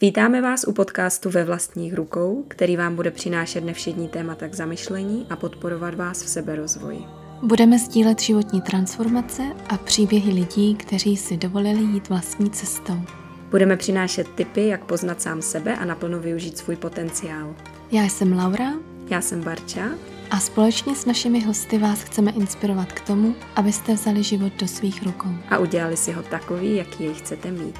Vítáme vás u podcastu Ve vlastních rukou, který vám bude přinášet nevšední témata k zamyšlení a podporovat vás v seberozvoji. Budeme sdílet životní transformace a příběhy lidí, kteří si dovolili jít vlastní cestou. Budeme přinášet tipy, jak poznat sám sebe a naplno využít svůj potenciál. Já jsem Laura. Já jsem Barča. A společně s našimi hosty vás chceme inspirovat k tomu, abyste vzali život do svých rukou. A udělali si ho takový, jaký jej chcete mít.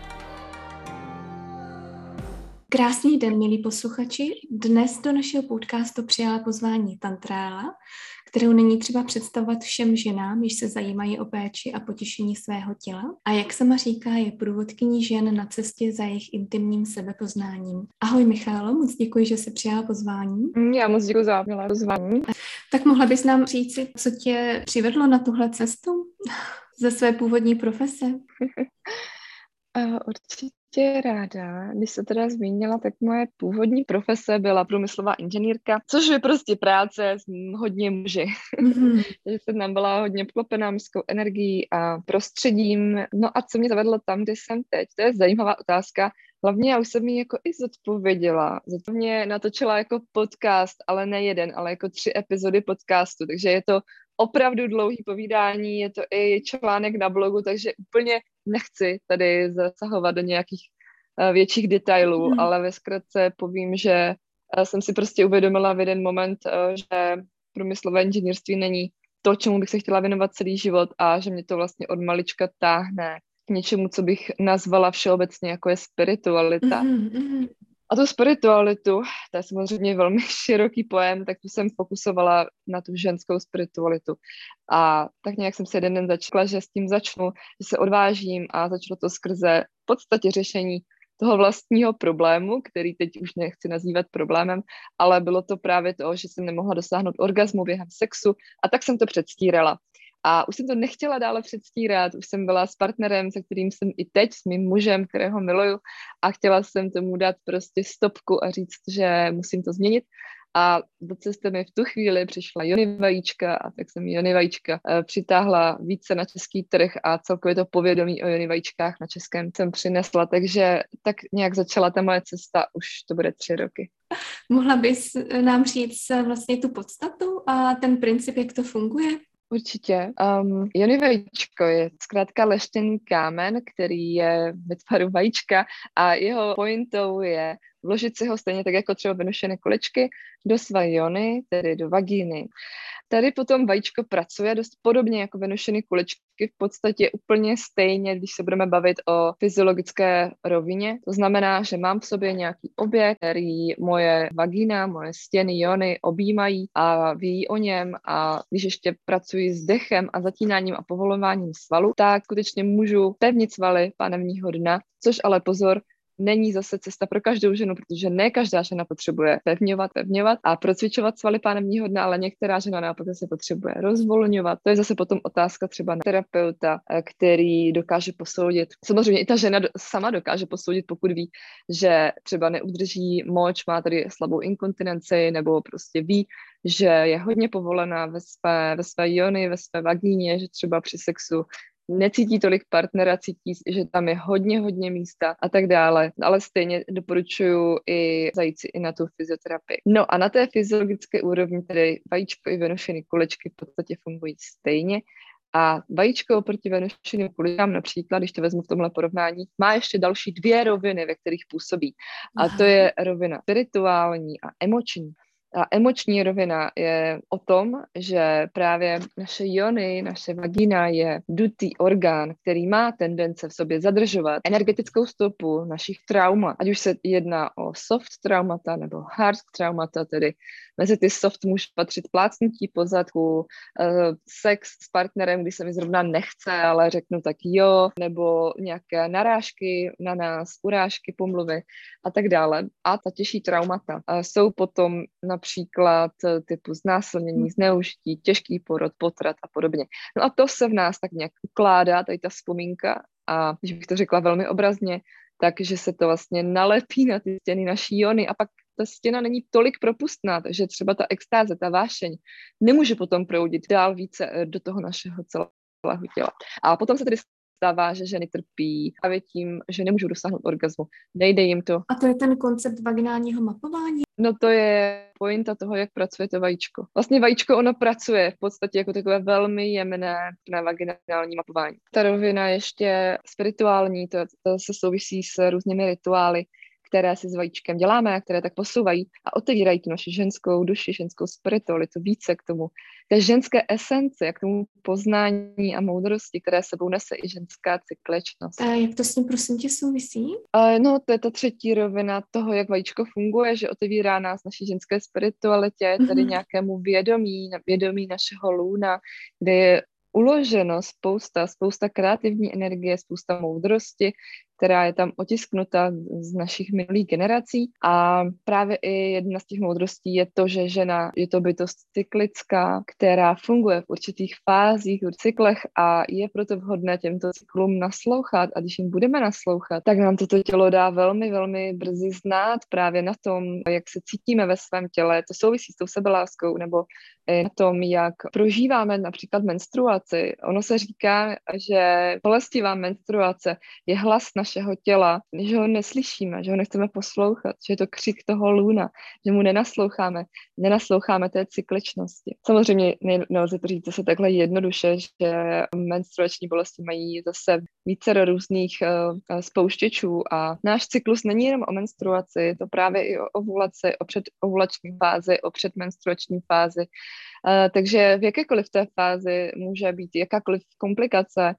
Krásný den, milí posluchači. Dnes do našeho podcastu přijala pozvání Tantrála, kterou není třeba představovat všem ženám, již se zajímají o péči a potěšení svého těla. A jak sama říká, je průvodkyní žen na cestě za jejich intimním sebepoznáním. Ahoj Michálo, moc děkuji, že jsi přijala pozvání. Já moc děkuji za milé pozvání. Tak mohla bys nám říci, co tě přivedlo na tuhle cestu ze své původní profese? Určitě ráda. Když se teda zmínila, tak moje původní profese byla průmyslová inženýrka, což je prostě práce s hodně muži. Mm-hmm. Takže jsem tam byla hodně obklopená mužskou energií a prostředím. No a co mě zavedlo tam, kde jsem teď? To je zajímavá otázka. Hlavně já už jsem ji jako i zodpověděla. Zato mě natočila jako podcast, ale ne jeden, ale jako 3 epizody podcastu, takže je to opravdu dlouhý povídání, je to i článek na blogu, takže úplně nechci tady zasahovat do nějakých větších detailů, ale ve zkratce povím, že jsem si prostě uvědomila v jeden moment, že průmyslové inženýrství není to, čemu bych se chtěla věnovat celý život a že mě to vlastně od malička táhne k něčemu, co bych nazvala všeobecně jako je spiritualita. A tu spiritualitu, to je samozřejmě velmi široký pojem, tak tu jsem fokusovala na tu ženskou spiritualitu. A tak nějak jsem se jeden den začala, že s tím začnu, že se odvážím a začalo to skrze v podstatě řešení toho vlastního problému, který teď už nechci nazývat problémem, ale bylo to právě to, že jsem nemohla dosáhnout orgazmu během sexu a tak jsem to předstírala. A už jsem to nechtěla dále předstírat, už jsem byla s partnerem, se kterým jsem i teď, s mým mužem, kterého miluju a chtěla jsem tomu dát prostě stopku a říct, že musím to změnit. A do cesty mi v tu chvíli přišla Jony vajíčka a tak jsem Jony vajíčka přitáhla více na český trh a celkově to povědomí o Jony vajíčkách na českém jsem přinesla, takže tak nějak začala ta moje cesta, už to bude 3 roky. Mohla bys nám říct vlastně tu podstatu a ten princip, jak to funguje? Určitě. Jony vajíčko je zkrátka leštěný kámen, který je ve tvaru vajíčka a jeho pointou je vložit si ho stejně tak jako třeba venušené kolečky do své jony, tedy do vagíny. Tady potom vajíčko pracuje dost podobně jako venušené kulečky, v podstatě úplně stejně, když se budeme bavit o fyziologické rovině. To znamená, že mám v sobě nějaký objekt, který moje vagína, moje stěny, jony objímají a ví o něm a když ještě pracuji s dechem a zatínáním a povolováním svalů, tak skutečně můžu pevnit svaly pánevního dna, což ale pozor, není zase cesta pro každou ženu, protože ne každá žena potřebuje pevňovat a procvičovat svaly pánevního dna, ale některá žena naopak se potřebuje rozvolňovat. To je zase potom otázka třeba na terapeuta, který dokáže posoudit. Samozřejmě i ta žena sama dokáže posoudit, pokud ví, že třeba neudrží moč, má tady slabou inkontinenci nebo prostě ví, že je hodně povolená ve své jony, ve své vagíně, že třeba při sexu necítí tolik partnera, cítí, že tam je hodně místa a tak dále. Ale stejně doporučuji i zajít si i na tu fyzioterapii. No a na té fyziologické úrovni tedy vajíčko i venušený kulečky v podstatě fungují stejně. A vajíčko oproti venušeným kuličkám například, když to vezmu v tomhle porovnání, má ještě další 2 roviny, ve kterých působí. A to je rovina spirituální a emoční. A emoční rovina je o tom, že právě naše jony, naše vagína je dutý orgán, který má tendence v sobě zadržovat energetickou stopu našich traumat. Ať už se jedná o soft traumata nebo hard traumata, tedy mezi ty soft může patřit plácnutí po zadku, sex s partnerem, když se mi zrovna nechce, ale řeknu tak jo, nebo nějaké narážky na nás, urážky, pomluvy a tak dále. A ta těžší traumata jsou potom například typu znásilnění, zneužití, těžký porod, potrat a podobně. No a to se v nás tak nějak ukládá, tady ta vzpomínka a když bych to řekla velmi obrazně, takže se to vlastně nalepí na ty stěny naší jony a pak ta stěna není tolik propustná, takže třeba ta extáze, ta vášeň nemůže potom proudit dál více do toho našeho celého těla. A potom se tedy stává, že ženy trpí právě tím, že nemůžou dosáhnout orgasmu. Nejde jim to. A to je ten koncept vaginálního mapování? No to je pointa toho, jak pracuje to vajíčko. Vlastně vajíčko, ono pracuje v podstatě jako takové velmi jemné na vaginální mapování. Ta rovina ještě spirituální, to se souvisí s různými rituály, které si s vajíčkem děláme a které tak posouvají a otevírají tu naši ženskou duši, ženskou spiritualitu více k tomu, té ženské esence, k tomu poznání a moudrosti, které sebou nese i ženská cyklečnost. A jak to s tím prosím tě souvisí? No, to je ta třetí rovina toho, jak vajíčko funguje, že otevírá nás naší ženské spiritualitě, tedy nějakému vědomí našeho lůna, kde je uloženo spousta kreativní energie, spousta moudrosti, která je tam otisknuta z našich minulých generací. A právě i jedna z těch moudrostí je to, že žena je to bytost cyklická, která funguje v určitých fázích, v cyklech a je proto vhodné těmto cyklům naslouchat. A když jim budeme naslouchat, tak nám toto tělo dá velmi, velmi brzy znát právě na tom, jak se cítíme ve svém těle. To souvisí s tou sebeláskou nebo na tom, jak prožíváme například menstruaci. Ono se říká, že bolestivá menstruace je hlas našeho těla, že ho neslyšíme, že ho nechceme poslouchat, že je to křik toho lůna, že mu nenasloucháme té cykličnosti. Samozřejmě nelze to říct zase takhle jednoduše, že menstruační bolesti mají zase více různých spouštěčů a náš cyklus není jenom o menstruaci, je to právě i o ovulaci, o předovulační fázi, o předmenstruační fázi. Takže v jakékoliv té fázi může být jakákoliv komplikace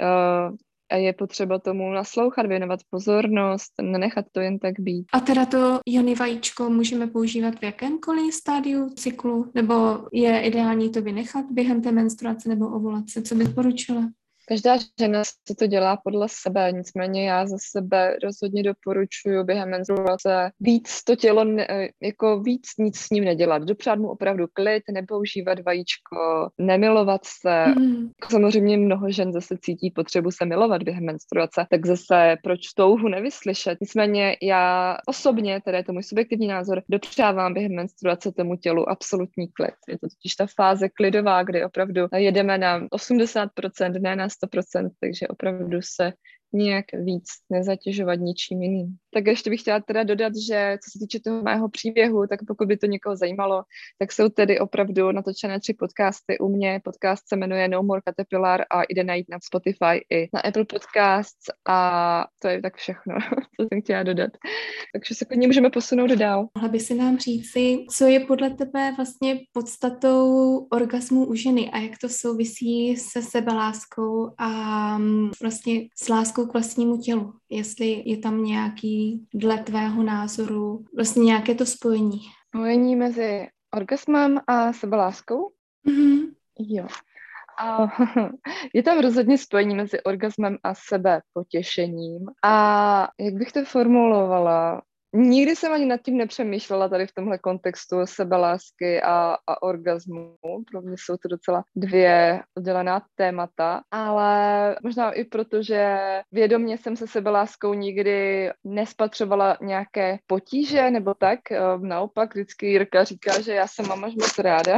a je potřeba tomu naslouchat, věnovat pozornost, nenechat to jen tak být. A teda to Jony vajíčko můžeme používat v jakémkoliv stádiu cyklu? Nebo je ideální to vynechat během té menstruace nebo ovulace? Co bych poručila? Každá žena si to dělá podle sebe, nicméně já za sebe rozhodně doporučuji během menstruace víc to tělo, jako víc nic s ním nedělat. Dopřát mu opravdu klid, nepoužívat vajíčko, nemilovat se. Samozřejmě mnoho žen zase cítí potřebu se milovat během menstruace, tak zase proč touhu nevyslyšet? Nicméně já osobně, teda je to můj subjektivní názor, dopřávám během menstruace tomu tělu absolutní klid. Je to totiž ta fáze klidová, kdy opravdu jedeme na 80%, ne na 100%, takže opravdu se nějak víc nezatěžovat ničím jiným. Tak ještě bych chtěla teda dodat, že co se týče toho mého příběhu, tak pokud by to někoho zajímalo, tak jsou tedy opravdu natočené 3 podcasty u mě. Podcast se jmenuje No More Caterpillar a jde najít na Spotify i na Apple Podcasts a to je tak všechno, co jsem chtěla dodat. Takže se klidně můžeme posunout dál. Mohla by si nám říci, co je podle tebe vlastně podstatou orgasmu u ženy a jak to souvisí se sebeláskou a vlastně s láskou k vlastnímu tělu? Jestli je tam nějaký, dle tvého názoru, vlastně nějaké to spojení? Spojení mezi orgasmem a sebeláskou? Jo. A je tam rozhodně spojení mezi orgasmem a sebepotěšením. A jak bych to formulovala? Nikdy jsem ani nad tím nepřemýšlela tady v tomhle kontextu sebelásky a orgasmu. Pro mě jsou to docela 2 oddělená témata, ale možná i proto, že vědomě jsem se sebeláskou nikdy nespatřovala nějaké potíže nebo tak. Naopak vždycky Jirka říká, že já jsem mamaž moc ráda.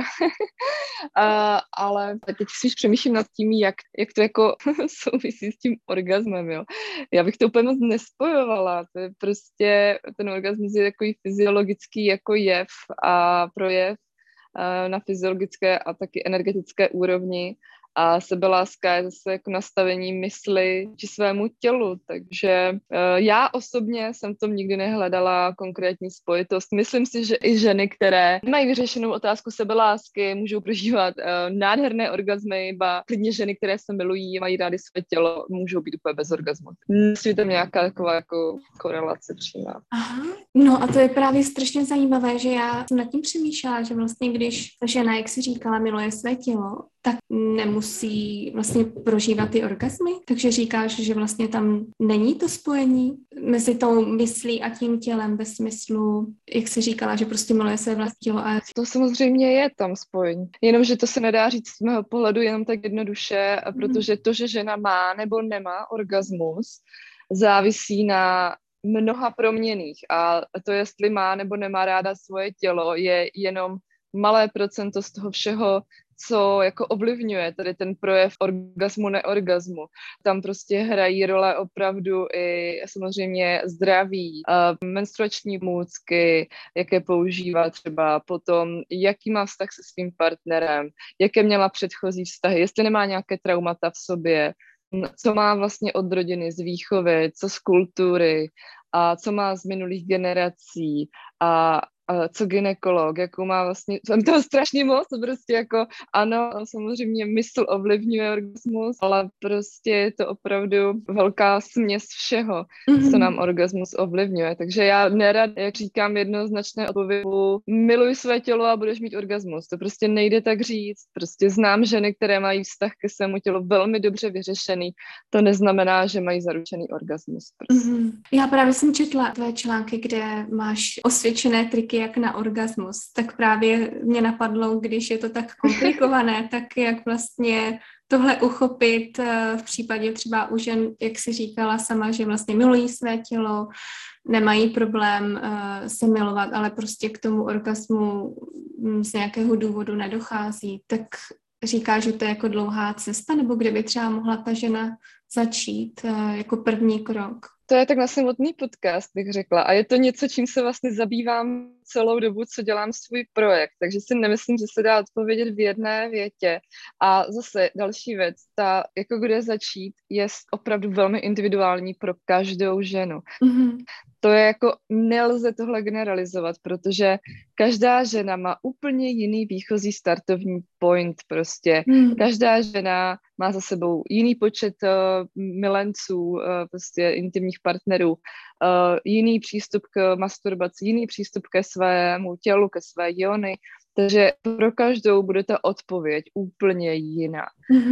Ale teď spíš přemýšlím nad tím, jak to jako souvisí s tím orgasmem. Jo. Já bych to úplně moc nespojovala. To je prostě ten orgasmus je takový fyziologický jako jev a projev na fyziologické a taky energetické úrovni a sebeláska je zase jako nastavení mysli či svému tělu, takže já osobně jsem tom nikdy nehledala konkrétní spojitost. Myslím si, že i ženy, které mají vyřešenou otázku sebelásky, můžou prožívat nádherné orgasmy, ba klidně ženy, které se milují, mají rády své tělo, můžou být úplně bez orgasmu. Myslím, tam nějaká taková jako korelace přímá. Aha. No a to je právě strašně zajímavé, že já jsem nad tím přemýšlela, že vlastně když žena, jak si říkala, miluje své tělo, tak nemusí vlastně prožívat ty orgasmy. Takže říkáš, že vlastně tam není to spojení mezi tou myslí a tím tělem ve smyslu, jak jsi říkala, že prostě miluje své vlastní tělo. A... To samozřejmě je tam spojení. Jenomže to se nedá říct z mého pohledu jenom tak jednoduše, protože to, že žena má nebo nemá orgasmus, závisí na mnoha proměnných. A to, jestli má nebo nemá ráda svoje tělo, je jenom malé procento z toho všeho, co jako ovlivňuje tady ten projev orgasmu, neorgasmu. Tam prostě hrají role opravdu i samozřejmě zdraví, menstruační pomůcky, jaké používá třeba, potom jaký má vztah se svým partnerem, jaké měla předchozí vztahy, jestli nemá nějaké traumata v sobě, co má vlastně od rodiny z výchovy, co z kultury a co má z minulých generací a co gynekolog, jakou má vlastně, jsem toho strašně moc, to prostě jako ano, samozřejmě mysl ovlivňuje orgasmus, ale prostě je to opravdu velká směs všeho, co nám orgasmus ovlivňuje, takže já nerad, jak říkám jednoznačné odpovědu, miluj své tělo a budeš mít orgasmus, to prostě nejde tak říct, prostě znám ženy, které mají vztah ke svému tělu velmi dobře vyřešený, to neznamená, že mají zaručený orgasmus. Prostě. Já právě jsem četla tvé články, kde máš osvědčené triky, jak na orgasmus, tak právě mě napadlo, když je to tak komplikované, tak jak vlastně tohle uchopit v případě třeba u žen, jak jsi říkala sama, že vlastně milují své tělo, nemají problém se milovat, ale prostě k tomu orgasmu z nějakého důvodu nedochází, tak říká, že to je jako dlouhá cesta, nebo kde by třeba mohla ta žena začít jako první krok? To je tak na samotný podcast, bych řekla. A je to něco, čím se vlastně zabývám celou dobu, co dělám svůj projekt. Takže si nemyslím, že se dá odpovědět v jedné větě. A zase další věc, ta, jako kde začít, je opravdu velmi individuální pro každou ženu. To je jako, nelze tohle generalizovat, protože každá žena má úplně jiný výchozí startovní point prostě. Každá žena má za sebou jiný počet milenců, prostě intimních partnerů, jiný přístup k masturbaci, jiný přístup ke svému tělu, ke své jóny. Takže pro každou bude ta odpověď úplně jiná.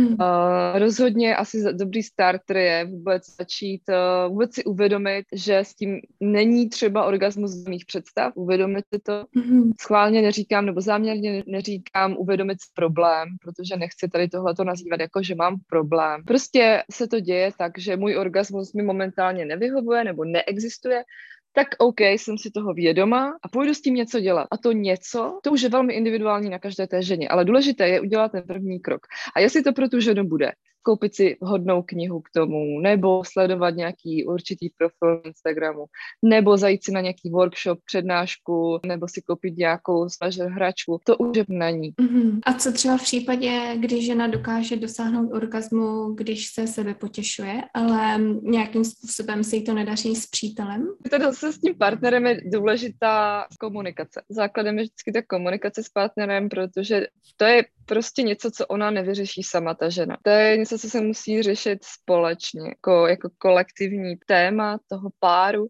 Rozhodně asi dobrý starter je vůbec začít, vůbec si uvědomit, že s tím není třeba orgasmus z mých představ, uvědomit si to. Schválně neříkám, nebo záměrně neříkám uvědomit si problém, protože nechci tady tohleto nazývat jako, že mám problém. Prostě se to děje tak, že můj orgasmus mi momentálně nevyhovuje nebo neexistuje, tak OK, jsem si toho vědoma a půjdu s tím něco dělat. A to něco, to už je velmi individuální na každé té ženě, ale důležité je udělat ten první krok. A jestli to pro tu ženu bude koupit si vhodnou knihu k tomu, nebo sledovat nějaký určitý profil na Instagramu, nebo zajít si na nějaký workshop, přednášku, nebo si koupit nějakou svažer hračku, to už je na ní. A co třeba v případě, kdy žena dokáže dosáhnout orgasmu, když se sebe potěšuje, ale nějakým způsobem se jí to nedaří s přítelem? Teda se s tím partnerem je důležitá komunikace. Základem je vždycky ta komunikace s partnerem, protože to je prostě něco, co ona nevyřeší sama, ta žena. To je něco, co se musí řešit společně, jako kolektivní téma toho páru.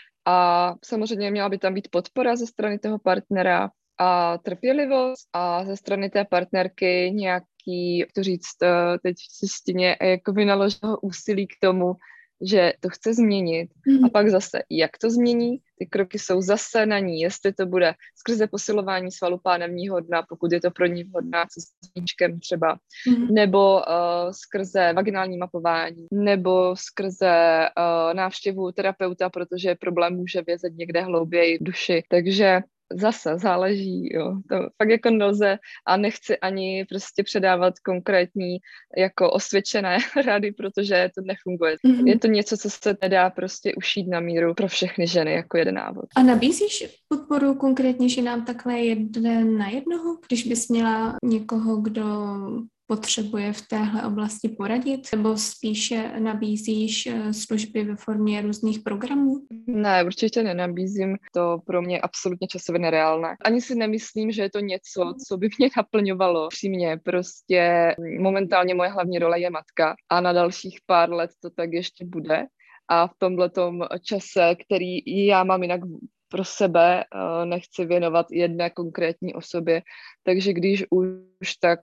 A samozřejmě měla by tam být podpora ze strany toho partnera a trpělivost a ze strany té partnerky nějaký, jak to říct, teď v češtině, jako vynaloženého úsilí k tomu, že to chce změnit a pak zase, jak to změní, ty kroky jsou zase na ní, jestli to bude skrze posilování svalu pánevního dna, pokud je to pro ní vhodná se svíčkem třeba, nebo skrze vaginální mapování, nebo skrze návštěvu terapeuta, protože problém může vězet někde hlouběji v duši, takže zase záleží, jo. To fakt jako nelze a nechci ani prostě předávat konkrétní jako osvědčené rady, protože to nefunguje. Je to něco, co se nedá prostě ušít na míru pro všechny ženy jako jeden návod. A nabízíš podporu konkrétně ženám takhle jeden na jednoho, když bys měla někoho, kdo potřebuje v téhle oblasti poradit, nebo spíše nabízíš služby ve formě různých programů? Ne, určitě nenabízím, to pro mě absolutně časově nereálné. Ani si nemyslím, že je to něco, co by mě naplňovalo. Přímě prostě momentálně moje hlavní role je matka a na dalších pár let to tak ještě bude. A v tomhletom čase, který já mám jinak pro sebe, nechci věnovat jedné konkrétní osobě. Takže když už tak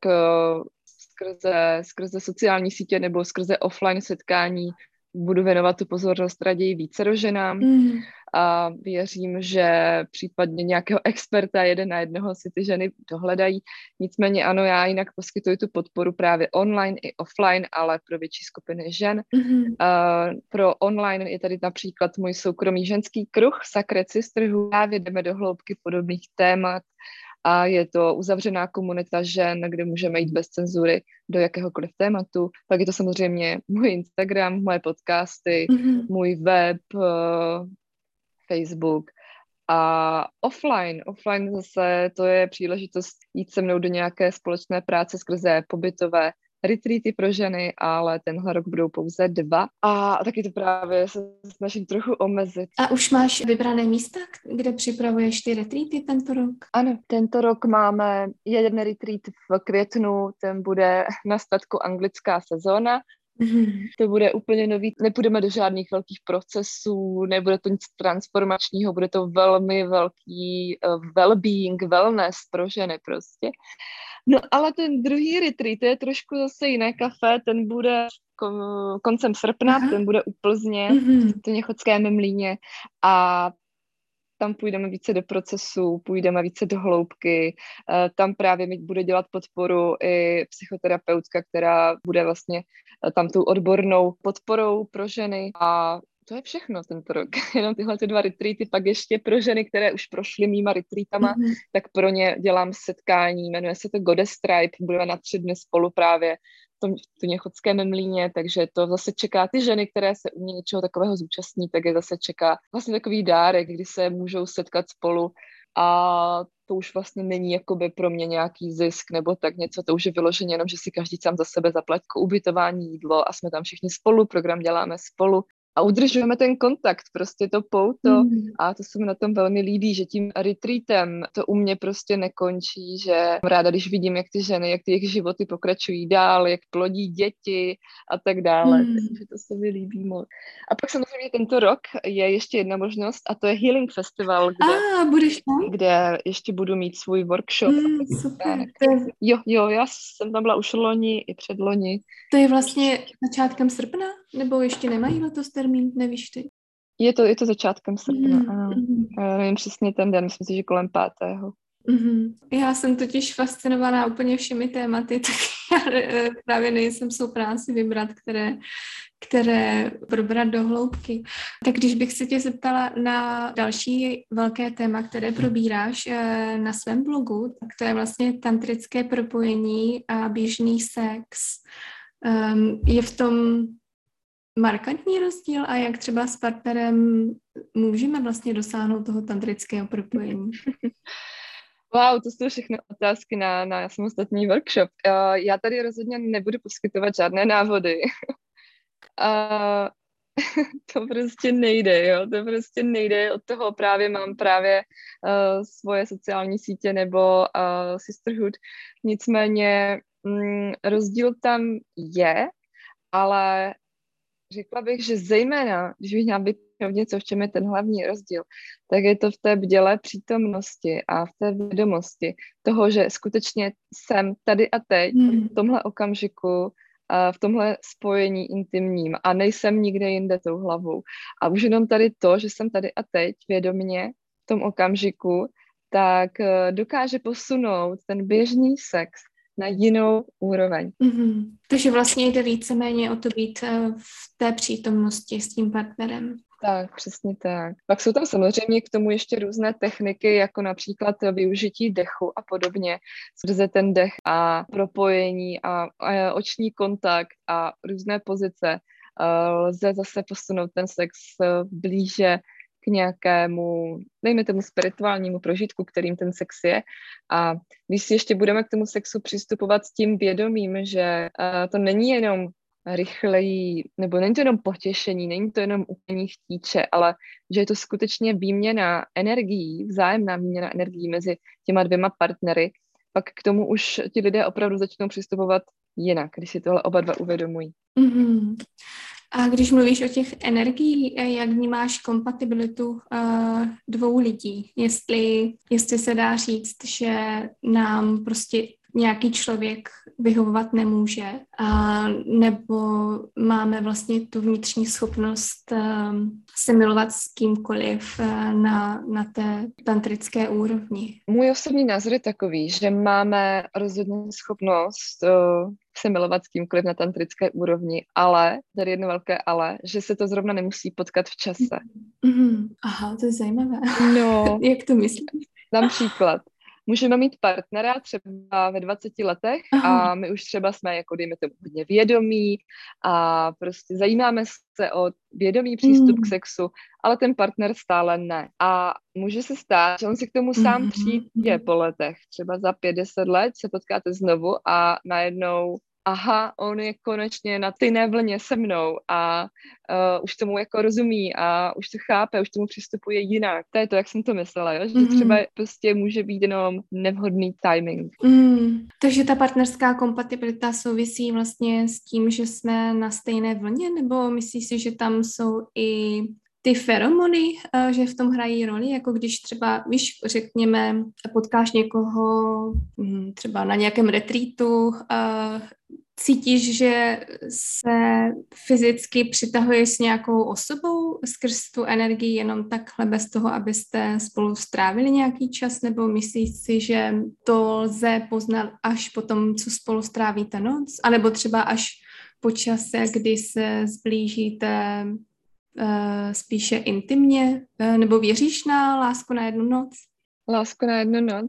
skrze sociální sítě nebo skrze offline setkání budu věnovat tu pozornost raději více ženám a věřím, že případně nějakého experta jeden na jednoho si ty ženy dohledají. Nicméně ano, já jinak poskytuji tu podporu právě online i offline, ale pro větší skupiny žen. Pro online je tady například můj soukromý ženský kruh Sacred Sisterhood. Právě jdeme do hloubky podobných témat a je to uzavřená komunita žen, kde můžeme jít bez cenzury do jakéhokoliv tématu. Pak je to samozřejmě můj Instagram, moje podcasty, můj web, Facebook. A offline zase to je příležitost jít se mnou do nějaké společné práce skrze pobytové retreaty pro ženy, ale tenhle rok budou pouze 2 a taky to právě se snažím trochu omezit. A už máš vybrané místa, kde připravuješ ty retreaty tento rok? Ano, tento rok máme jeden retreat v květnu, ten bude na statku Anglická sezóna. To bude úplně nový, nepůjdeme do žádných velkých procesů, nebude to nic transformačního, bude to velmi velký well-being, wellness pro ženy prostě. No ale ten druhý retreat je trošku zase jiné kafe, ten bude koncem srpna, ten bude u Plzně, v Těněchodském Mlýně a tam půjdeme více do procesu, půjdeme více do hloubky, tam právě mi bude dělat podporu i psychoterapeutka, která bude vlastně tam tou odbornou podporou pro ženy a to je všechno tento rok. Jenom tyhle 2 retreaty, pak ještě pro ženy, které už prošly mýma retreatama, tak pro ně dělám setkání, jmenuje se to Goddess Tribe, budeme na 3 dny spolu právě v Těněchodském Mlýně, takže to zase čeká ty ženy, které se u mě něčeho takového zúčastní, tak je zase čeká vlastně takový dárek, kdy se můžou setkat spolu a to už vlastně není jakoby pro mě nějaký zisk nebo tak něco, to už je vyloženě jenom, že si každý sám za sebe zaplatí ubytování, jídlo a jsme tam všichni spolu, program děláme spolu. A udržujeme ten kontakt, prostě to pouto a to se mi na tom velmi líbí, že tím retreatem to u mě prostě nekončí, že mám ráda, když vidím, jak ty ženy, jak ty jejich životy pokračují dál, jak plodí děti a tak dále, takže to se mi líbí moc. A pak samozřejmě tento rok je ještě jedna možnost a to je Healing Festival, kde ještě budu mít svůj workshop. Super. Jo, já jsem tam byla už loni i předloni. To je vlastně začátkem srpna? Nebo ještě nemají letos termín, nevíš ty? Je to začátkem srpna, ano. Já nevím přesně ten den, myslím si, že kolem 5. Já jsem totiž fascinovaná úplně všemi tématy, tak já právě nejsem schopná si vybrat, které probrat do hloubky. Tak když bych se tě zeptala na další velké téma, které probíráš na svém blogu, tak to je vlastně tantrické propojení a běžný sex. Je v tom markantní rozdíl a jak třeba s partnerem můžeme vlastně dosáhnout toho tantrického propojení? Wow, to jsou všechno otázky na samostatný workshop. Já tady rozhodně nebudu poskytovat žádné návody. To prostě nejde, jo, to prostě nejde, od toho právě mám svoje sociální sítě nebo Sisterhood. Nicméně rozdíl tam je, ale řekla bych, že zejména, když bych měla být něco, v čem je ten hlavní rozdíl, tak je to v té bdělé přítomnosti a v té vědomosti toho, že skutečně jsem tady a teď, v tomhle okamžiku, v tomhle spojení intimním a nejsem nikde jinde tou hlavou. A už jenom tady to, že jsem tady a teď vědomě v tom okamžiku, tak dokáže posunout ten běžný sex na jinou úroveň. Takže vlastně jde víceméně o to být v té přítomnosti s tím partnerem. Tak, přesně tak. Pak jsou tam samozřejmě k tomu ještě různé techniky, jako například využití dechu a podobně, skrze ten dech a propojení a oční kontakt a různé pozice. Lze zase posunout ten sex blíže k nějakému, dejme tomu spirituálnímu prožitku, kterým ten sex je. A když si ještě budeme k tomu sexu přistupovat s tím vědomím, že to není jenom rychleji, nebo není to jenom potěšení, není to jenom úplně chtíče, ale že je to skutečně výměna energií, vzájemná výměna energií mezi těma 2 partnery, pak k tomu už ti lidé opravdu začnou přistupovat jinak, když si tohle oba 2 uvědomují. A když mluvíš o těch energií, jak vnímáš kompatibilitu 2 lidí? Jestli se dá říct, že nám prostě nějaký člověk vyhovovat nemůže, nebo máme vlastně tu vnitřní schopnost se milovat s kýmkoliv na té tantrické úrovni. Můj osobní názor je takový, že máme rozhodně schopnost se milovat s kýmkoliv na tantrické úrovni, ale, tady jedno velké ale, že se to zrovna nemusí potkat v čase. Aha, to je zajímavé. No. Jak to myslíš? Dám příklad. můžeme mít partnera třeba ve 20 letech Aha. a my už třeba jsme jako dejme tomu hodně vědomí a prostě zajímáme se o vědomý přístup k sexu, ale ten partner stále ne. A může se stát, že on si k tomu sám přijde po letech. Třeba za 50 let se potkáte znovu a najednou aha, on je konečně na stejné vlně se mnou a už tomu jako rozumí a už to chápe, už tomu přistupuje jinak. To je to, jak jsem to myslela, jo? Že třeba prostě může být jenom nevhodný timing. Takže ta partnerská kompatibilita souvisí vlastně s tím, že jsme na stejné vlně, nebo myslíš si, že tam jsou i ty feromony, že v tom hrají roli, jako když třeba, víš, řekněme, potkáš někoho třeba na nějakém retreatu, cítíš, že se fyzicky přitahuješ s nějakou osobou skrz tu energii jenom takhle bez toho, abyste spolu strávili nějaký čas, nebo myslíš si, že to lze poznat až po tom, co spolu strávíte noc, anebo třeba až po čase, kdy se zblížíte spíše intimně, nebo věříš na lásku na jednu noc? Lásku na jednu noc?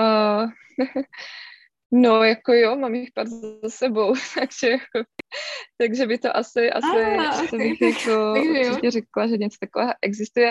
No, jako jo, mám jich pár za sebou, takže by to asi bych jako určitě řekla, že něco takového existuje.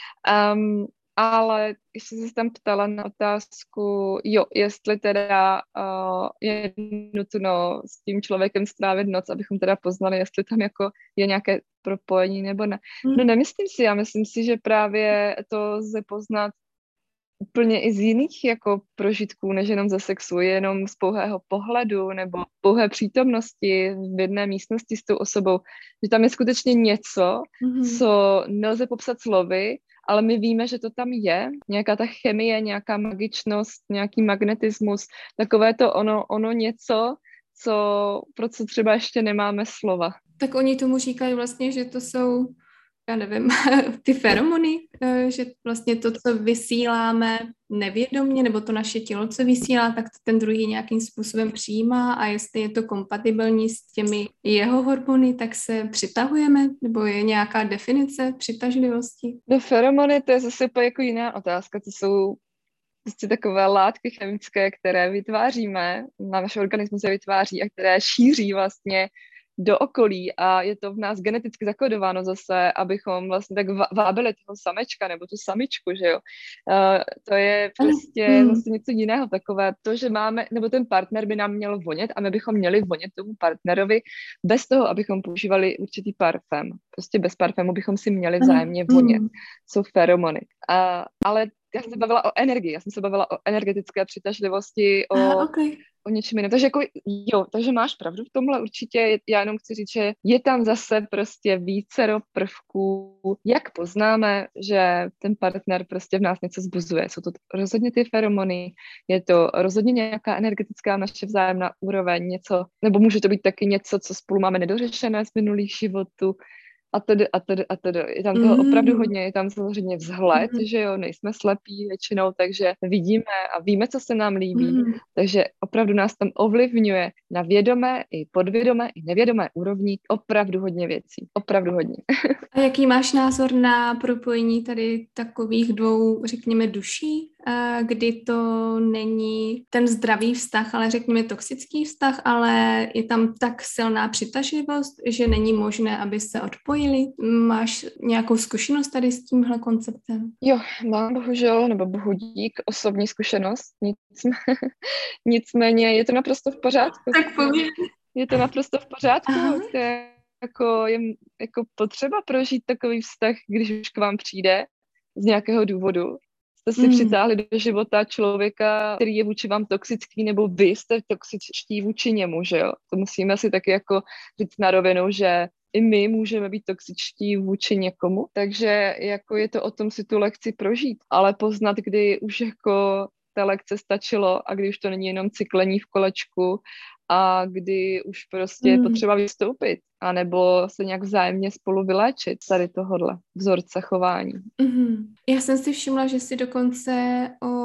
Ale ještě jsi tam ptala na otázku, jo, jestli teda je nutno s tím člověkem strávit noc, abychom teda poznali, jestli tam jako je nějaké propojení nebo ne. No nemyslím si, já myslím si, že právě to lze poznat úplně i z jiných jako prožitků, než jenom ze sexu, jenom z pouhého pohledu nebo pouhé přítomnosti v jedné místnosti s tou osobou, že tam je skutečně něco, co nelze popsat slovy, ale my víme, že to tam je, nějaká ta chemie, nějaká magičnost, nějaký magnetismus, takové to ono něco, pro co třeba ještě nemáme slova. Tak oni tomu říkají vlastně, že to jsou, já nevím, ty feromony, že vlastně to, co vysíláme nevědomně, nebo to naše tělo, co vysílá, tak to ten druhý nějakým způsobem přijímá a jestli je to kompatibilní s těmi jeho hormony, tak se přitahujeme, nebo je nějaká definice přitažlivosti? No feromony, to je zase úplně jako jiná otázka, to jsou prostě takové látky chemické, které vytváříme, náš organismus se vytváří a které šíří vlastně do okolí a je to v nás geneticky zakodováno zase, abychom vlastně tak vábili toho samečka nebo tu samičku, že jo. To je prostě zase něco jiného, takové to, že máme, nebo ten partner by nám měl vonět a my bychom měli vonět tomu partnerovi bez toho, abychom používali určitý parfém. Prostě bez parfému bychom si měli vzájemně vonět. Jsou feromony. Ale já jsem se bavila o energii, já jsem se bavila o energetické přitažlivosti, o něčem jiném. Takže jako, jo, takže máš pravdu v tomhle určitě. Já jenom chci říct, že je tam zase prostě vícero prvků, jak poznáme, že ten partner prostě v nás něco vzbuzuje. Jsou to rozhodně ty feromony, je to rozhodně nějaká energetická naše vzájemná úroveň, něco, nebo může to být taky něco, co spolu máme nedořešené z minulých životů. A tedy. Je tam toho opravdu hodně, je tam samozřejmě vzhled, že jo, nejsme slepí většinou, takže vidíme a víme, co se nám líbí, takže opravdu nás tam ovlivňuje na vědomé i podvědomé i nevědomé úrovni opravdu hodně věcí, opravdu hodně. A jaký máš názor na propojení tady takových dvou, řekněme, duší, kdy to není ten zdravý vztah, ale řekněme toxický vztah, ale je tam tak silná přitažlivost, že není možné, aby se odpojili? Máš nějakou zkušenost tady s tímhle konceptem? Jo, mám bohužel, nebo bohu dík, osobní zkušenost, nicméně je to naprosto v pořádku. Tak pověď. Je to naprosto v pořádku, je jako potřeba prožít takový vztah, když už k vám přijde z nějakého důvodu. Jste si přitáhli do života člověka, který je vůči vám toxický, nebo vy jste toxičtí vůči němu, že jo? To musíme si taky jako říct na rovinu, že i my můžeme být toxičtí vůči někomu, takže jako je to o tom si tu lekci prožít, ale poznat, kdy už jako ta lekce stačilo a kdy už to není jenom cyklení v kolečku a kdy už prostě je potřeba vystoupit, anebo se nějak vzájemně spolu vyléčit tady tohodle vzorce chování. Já jsem si všimla, že si dokonce o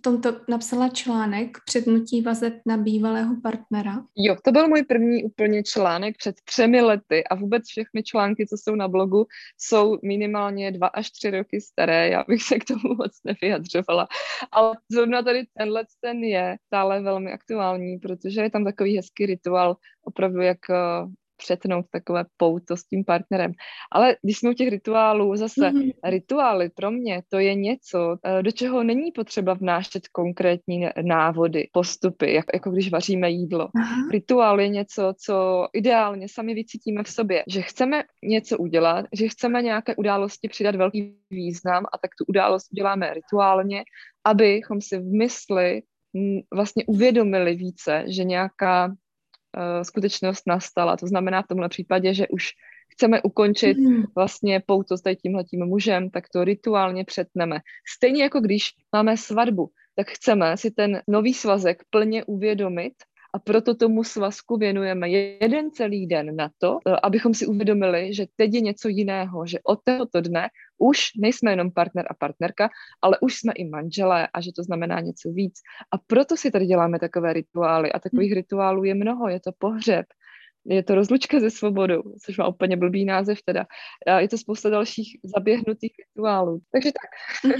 tomto napsala článek Přednutí vazeb na bývalého partnera. Jo, to byl můj první úplně článek před 3 lety a vůbec všechny články, co jsou na blogu, jsou minimálně 2 až 3 roky staré. Já bych se k tomu moc nevyjadřovala. Ale zrovna tady ten je stále velmi aktuální, protože je tam takový hezký rituál, opravdu jak přetnout takové pouto s tím partnerem. Ale když jsme u těch rituálů, zase rituály pro mě to je něco, do čeho není potřeba vnášet konkrétní návody, postupy, jako když vaříme jídlo. Rituál je něco, co ideálně sami vycítíme v sobě, že chceme něco udělat, že chceme nějaké události přidat velký význam a tak tu událost uděláme rituálně, abychom si v mysli vlastně uvědomili více, že nějaká skutečnost nastala. To znamená v tomhle případě, že už chceme ukončit vlastně pouto s tímhletím mužem, tak to rituálně přetneme. Stejně jako když máme svatbu, tak chceme si ten nový svazek plně uvědomit a proto tomu svazku věnujeme jeden celý den na to, abychom si uvědomili, že teď je něco jiného, že od tohoto dne už nejsme jenom partner a partnerka, ale už jsme i manželé a že to znamená něco víc. A proto si tady děláme takové rituály a takových rituálů je mnoho, je to pohřeb, je to rozlučka se svobodou, což má úplně blbý název teda. A je to spousta dalších zaběhnutých rituálů. Takže tak.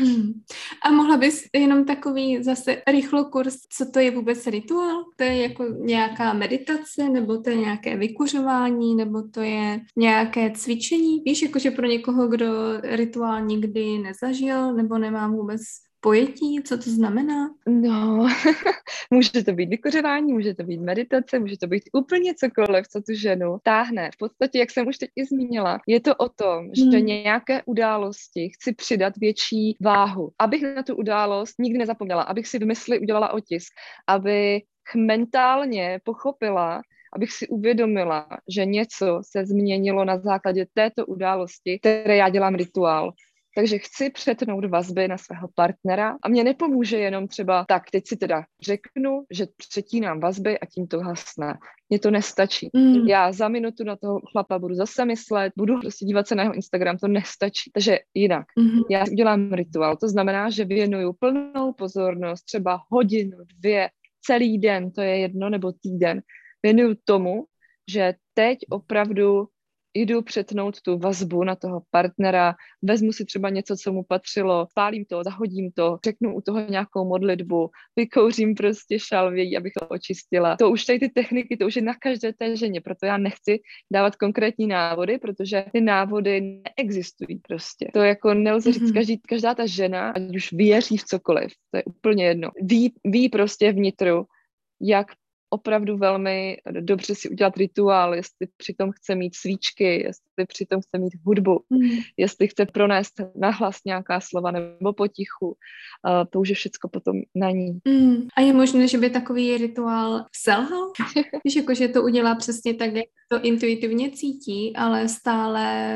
A mohla bys jenom takový zase rychlokurs, co to je vůbec rituál? To je jako nějaká meditace, nebo to je nějaké vykuřování, nebo to je nějaké cvičení? Víš, jakože pro někoho, kdo rituál nikdy nezažil, nebo nemá vůbec pojetí, co to znamená? No, může to být vykořování, může to být meditace, může to být úplně cokoliv, co tu ženu táhne. V podstatě, jak jsem už teď i zmínila, je to o tom, že nějaké události chci přidat větší váhu, abych na tu událost nikdy nezapomněla, abych si v mysli udělala otisk, abych mentálně pochopila, abych si uvědomila, že něco se změnilo na základě této události, které já dělám rituál. Takže chci přetnout vazby na svého partnera a mě nepomůže jenom třeba tak, teď si teda řeknu, že přetínám vazby a tím to hasne. Mně to nestačí. Já za minutu na toho chlapa budu zase myslet, budu prostě dívat se na jeho Instagram, to nestačí. Takže jinak. Já udělám rituál, to znamená, že věnuju plnou pozornost, třeba hodinu, 2, celý den, to je jedno, nebo týden, věnuju tomu, že teď opravdu jdu přetnout tu vazbu na toho partnera, vezmu si třeba něco, co mu patřilo, spálím to, zahodím to, řeknu u toho nějakou modlitbu, vykouřím prostě šalvějí, abych to očistila. To už tady ty techniky, to už je na každé té ženě, proto já nechci dávat konkrétní návody, protože ty návody neexistují prostě. To jako nelze říct, každá ta žena, ať už věří v cokoliv, to je úplně jedno, ví prostě vnitru, jak opravdu velmi dobře si udělat rituál, jestli přitom chce mít svíčky, jestli přitom chce mít hudbu, jestli chce pronést nahlas nějaká slova nebo potichu. To už je všecko potom na ní. A je možné, že by takový rituál selhal? Víš, jako, že to udělá přesně tak, jak to intuitivně cítí, ale stále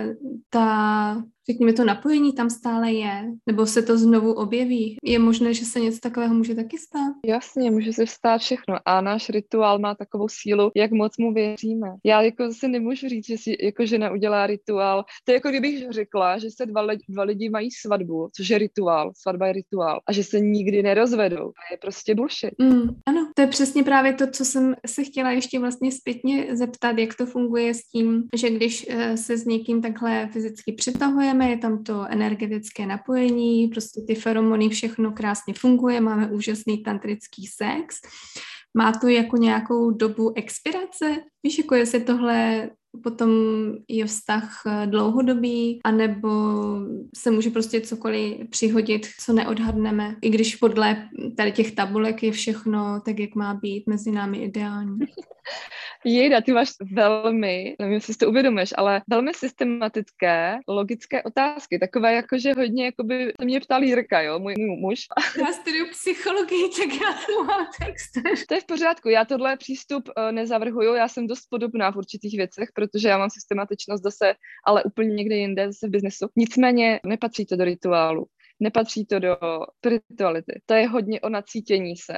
řekněme, to napojení tam stále je, nebo se to znovu objeví. Je možné, že se něco takového může taky stát? Jasně, může se stát všechno a náš rituál má takovou sílu, jak moc mu věříme. Já jako se nemůžu říct, že si jako žena udělá rituál. To je jako kdybych řekla, že se dva lidi mají svatbu, což je rituál, svatba je rituál, a že se nikdy nerozvedou. To je prostě bullshit. Ano, to je přesně právě to, co jsem se chtěla ještě vlastně zpětně zeptat, jak to funguje s tím, že když se s někým takhle fyzicky přitahujeme, je tam to energetické napojení, prostě ty feromony, všechno krásně funguje, máme úžasný tantrický sex. Má to jako nějakou dobu expirace? Víš, jako jestli tohle potom je vztah dlouhodobý, anebo se může prostě cokoliv přihodit, co neodhadneme, i když podle tady těch tabulek je všechno tak, jak má být mezi námi ideální. Jejda, ty máš velmi, nevím, jestli si to uvědomíš, ale velmi systematické, logické otázky, takové jako, že hodně, jakoby, se mě ptal Jirka, jo, můj muž. Já studuju psychologii, tak já to mám text. To je v pořádku, já tohle přístup nezavrhuju, já jsem dost podobná v určitých věcech, protože já mám systematičnost zase, ale úplně někde jinde, zase v biznesu. Nicméně nepatří to do rituálu, nepatří to do spirituality. To je hodně o nacítění se.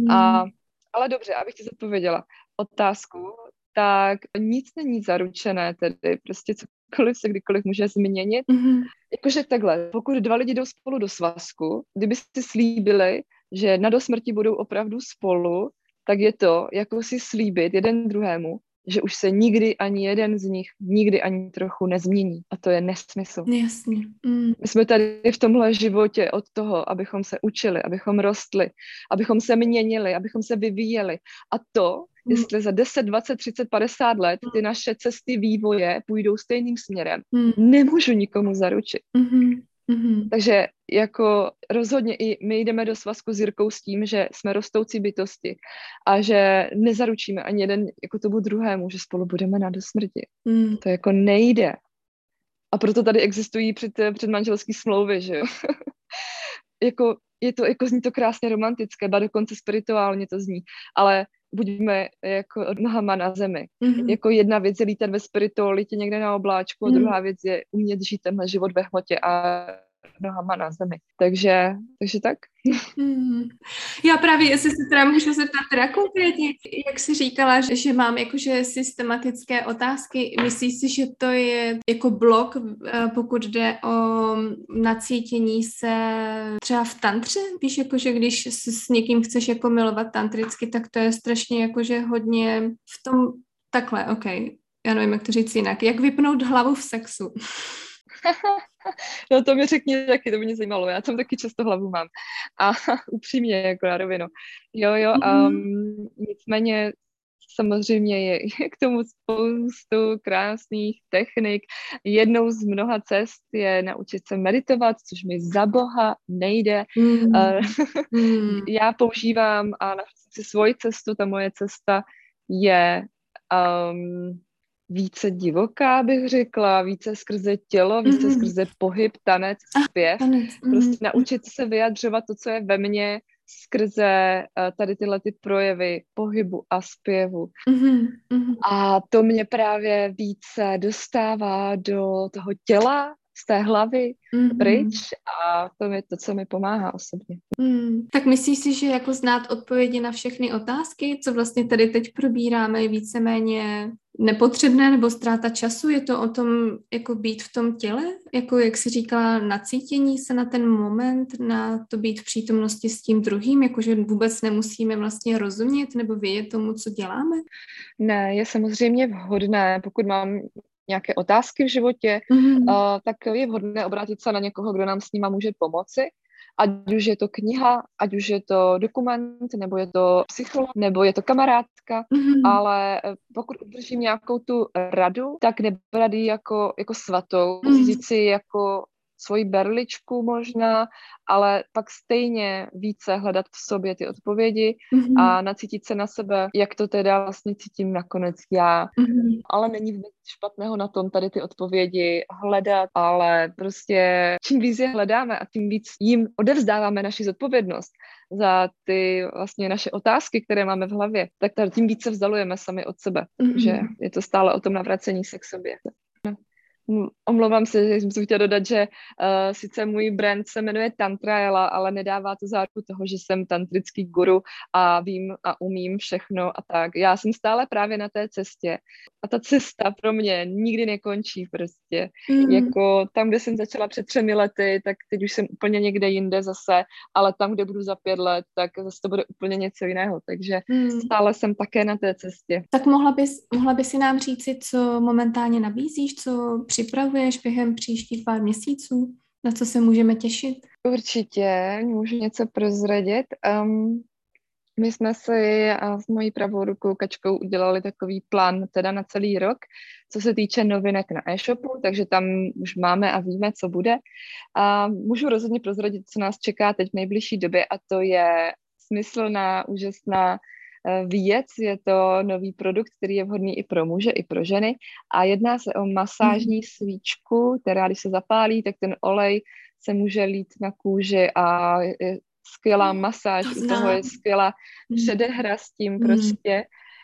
Ale dobře, abych ti zodpověděla otázku, tak nic není zaručené tedy, prostě cokoliv se kdykoliv může změnit. Jakože takhle, pokud 2 lidi jdou spolu do svazku, kdyby si slíbili, že na dosmrti budou opravdu spolu, tak je to, jako si slíbit jeden druhému, že už se nikdy ani jeden z nich nikdy ani trochu nezmění. A to je nesmysl. Jasně. My jsme tady v tomhle životě od toho, abychom se učili, abychom rostli, abychom se měnili, abychom se vyvíjeli. A to, jestli za 10, 20, 30, 50 let ty naše cesty vývoje půjdou stejným směrem, nemůžu nikomu zaručit. Takže jako rozhodně i my jdeme do svazku s Jirkou s tím, že jsme rostoucí bytosti a že nezaručíme ani jeden jako tomu druhému, že spolu budeme na dosmrti. To jako nejde. A proto tady existují předmanželské smlouvy, že jo. Jako, zní to krásně romantické, ba dokonce spirituálně to zní, ale buďme jako nohama na zemi. Jako jedna věc je lítat ve spiritualitě někde na obláčku a druhá věc je umět žít tenhle život ve hmotě a nohama na zemi. Takže tak. Já právě, jestli se teda můžu zeptat teda konkrétně, jak jsi říkala, že mám jakože systematické otázky, myslíš si, že to je jako blok, pokud jde o nacítění se třeba v tantře? Víš, jakože když s někým chceš jako milovat tantricky, tak to je strašně jakože hodně v tom takhle, já nevím, jak to říct jinak, jak vypnout hlavu v sexu. No to mi řekni taky, to by mě zajímalo, já tam taky často hlavu mám. A upřímně, jako na rovinu. Nicméně samozřejmě je k tomu spoustu krásných technik. Jednou z mnoha cest je naučit se meditovat, což mi za boha nejde. Já používám a našla si svoji cestu, ta moje cesta je více divoká, bych řekla, více skrze tělo, více skrze pohyb, tanec, zpěv. Prostě naučit se vyjadřovat to, co je ve mně, skrze tady tyhle ty projevy pohybu a zpěvu. A to mě právě více dostává do toho těla, z té hlavy pryč a to je to, co mi pomáhá osobně. Tak myslíš si, že jako znát odpovědi na všechny otázky, co vlastně tady teď probíráme, je víceméně nepotřebné nebo ztráta času? Je to o tom jako být v tom těle? Jako jak jsi říkala, nacítění se na ten moment, na to být v přítomnosti s tím druhým, jakože vůbec nemusíme vlastně rozumět nebo vědět tomu, co děláme? Ne, je samozřejmě vhodné, pokud mám nějaké otázky v životě, tak je vhodné obrátit se na někoho, kdo nám s nima může pomoci. Ať už je to kniha, ať už je to dokument, nebo je to psycholog, nebo je to kamarádka, ale pokud udržím nějakou tu radu, tak nebrat ji jako svatou, cítit si jako svoji berličku možná, ale pak stejně více hledat v sobě ty odpovědi a nacítit se na sebe, jak to teda vlastně cítím nakonec já. Ale není vůbec špatného na tom tady ty odpovědi hledat, ale prostě čím víc je hledáme a tím víc jim odevzdáváme naši zodpovědnost za ty vlastně naše otázky, které máme v hlavě, tak tím více vzdalujeme sami od sebe. Takže je to stále o tom navracení se k sobě. Omlouvám se, že jsem chtěla dodat, že sice můj brand se jmenuje Tantraela, ale nedává to záruku toho, že jsem tantrický guru a vím a umím všechno a tak. Já jsem stále právě na té cestě a ta cesta pro mě nikdy nekončí prostě. Jako tam, kde jsem začala před 3 lety, tak teď už jsem úplně někde jinde zase, ale tam, kde budu za 5 let, tak zase to bude úplně něco jiného, takže stále jsem také na té cestě. Tak mohla by si nám říci, co momentálně nabízíš, co připravuješ během příštích pár měsíců? Na co se můžeme těšit? Určitě, můžu něco prozradit. My jsme si s mojí pravou rukou Kačkou udělali takový plán teda na celý rok, co se týče novinek na e-shopu, takže tam už máme a víme, co bude. A můžu rozhodně prozradit, co nás čeká teď v nejbližší době a to je smyslná, úžasná věc, je to nový produkt, který je vhodný i pro muže, i pro ženy a jedná se o masážní svíčku, která když se zapálí, tak ten olej se může lít na kůži a je skvělá masáž, u toho je skvělá předehra s tím prostě.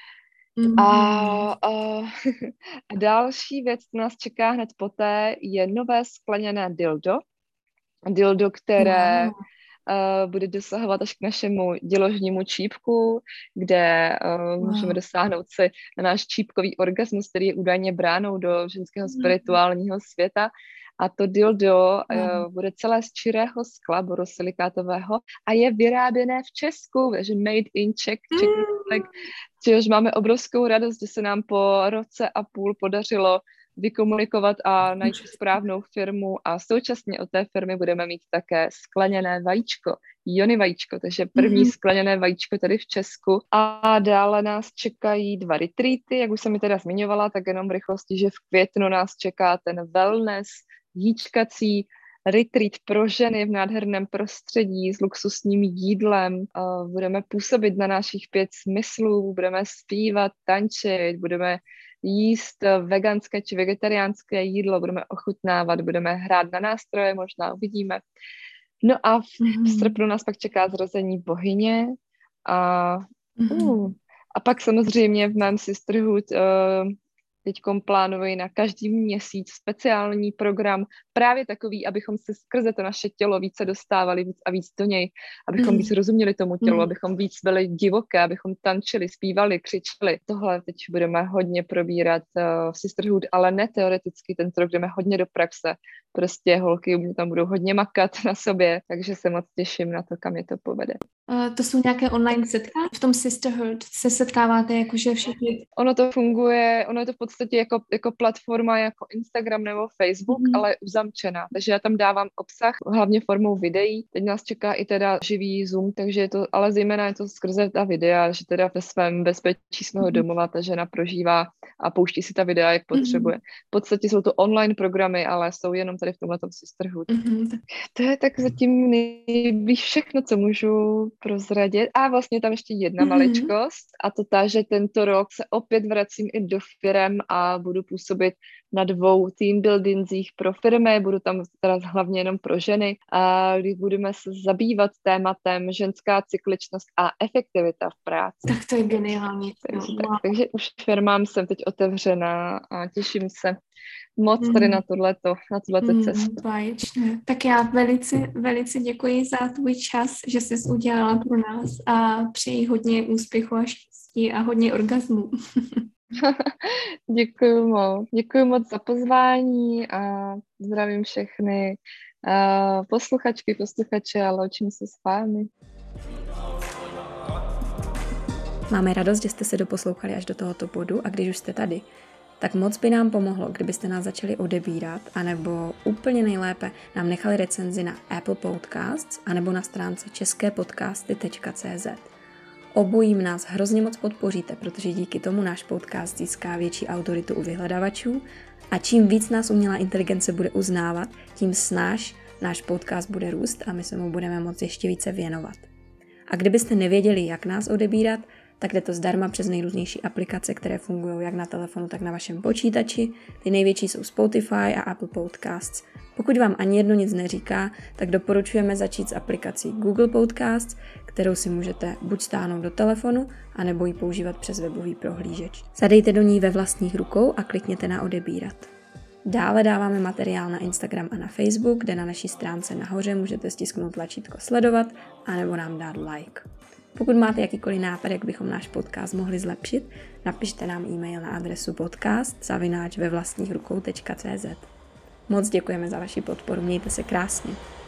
A další věc, co nás čeká hned poté, je nové skleněné dildo, které bude dosahovat až k našemu děložnímu čípku, kde můžeme dosáhnout si na náš čípkový orgasmus, který je údajně bránou do ženského spirituálního světa. a to dildo bude celé z čirého skla borosilikátového a je vyráběné v Česku, takže made in Czech Republic, čehož máme obrovskou radost, že se nám po roce a půl podařilo vykomunikovat a najít správnou firmu a současně od té firmy budeme mít také skleněné vajíčko, Jony vajíčko, takže první skleněné vajíčko tady v Česku a dále nás čekají 2 retreaty, jak už jsem mi teda zmiňovala, tak jenom v rychlosti, že v květnu nás čeká ten wellness, jíčkací retreat pro ženy v nádherném prostředí s luxusním jídlem. Budeme působit na našich 5 smyslů, budeme zpívat, tančit, budeme jíst veganské či vegetariánské jídlo, budeme ochutnávat, budeme hrát na nástroje, možná uvidíme. No a v srpnu nás pak čeká zrození bohyně a pak samozřejmě v mém sisterhood teďkom plánuji na každý měsíc speciální program, právě takový, abychom se skrze to naše tělo více dostávali víc a víc do něj, abychom víc rozuměli tomu tělu, abychom víc byli divoké, abychom tančili, zpívali, křičeli. Tohle teď budeme hodně probírat v sisterhood, ale ne teoreticky, tento rok jdeme hodně do praxe. Prostě holky mě tam budou hodně makat na sobě, takže se moc těším na to, kam je to povede. To jsou nějaké online setkání? V tom sisterhood se setkáváte jakože všichni? Ono to funguje, ono je to v podstatě jako platforma, jako Instagram nebo Facebook, ale uzamčená. Takže já tam dávám obsah, hlavně formou videí. Teď nás čeká i teda živý Zoom, takže je to, ale zejména je to skrze ta videa, že teda ve svém bezpečí svého domova ta žena prožívá a pouští si ta videa, jak potřebuje. V podstatě jsou to online programy, ale jsou jenom tady v tomhletom sisterhood. To je tak zatím nejblíž všechno, co můžu prozradit. A vlastně tam ještě jedna maličkost a to ta, že tento rok se opět vracím i do firem a budu působit na 2 team buildingsích pro firmy, budu tam teda hlavně jenom pro ženy, a kdy budeme se zabývat tématem ženská cykličnost a efektivita v práci. Tak to je geniální. Takže už firmám jsem teď otevřená a těším se moc tady na tohleto cestu. Báječné. Tak já velice děkuji za tvůj čas, že jsi udělala pro nás a přeji hodně úspěchu a štěstí a hodně orgazmů. Děkuji moc za pozvání a zdravím všechny posluchače a loučím se s vámi. Máme radost, že jste se doposlouchali až do tohoto bodu a když už jste tady, tak moc by nám pomohlo, kdybyste nás začali odebírat, anebo úplně nejlépe nám nechali recenzi na Apple Podcasts, anebo na stránce česképodcasty.cz. Obojím nás hrozně moc podpoříte, protože díky tomu náš podcast získá větší autoritu u vyhledávačů a čím víc nás umělá inteligence bude uznávat, tím snáš náš podcast bude růst a my se mu budeme moci ještě více věnovat. A kdybyste nevěděli, jak nás odebírat, tak jde to zdarma přes nejrůznější aplikace, které fungují jak na telefonu, tak na vašem počítači. Ty největší jsou Spotify a Apple Podcasts. Pokud vám ani jedno nic neříká, tak doporučujeme začít s aplikací Google Podcasts, kterou si můžete buď stáhnout do telefonu, anebo ji používat přes webový prohlížeč. Zadejte do ní ve vlastních rukou a klikněte na odebírat. Dále dáváme materiál na Instagram a na Facebook, kde na naší stránce nahoře můžete stisknout tlačítko sledovat, anebo nám dát like. Pokud máte jakýkoliv nápad, jak bychom náš podcast mohli zlepšit, napište nám e-mail na adresu podcast@vevlastnichrukou.cz. Moc děkujeme za vaši podporu, mějte se krásně.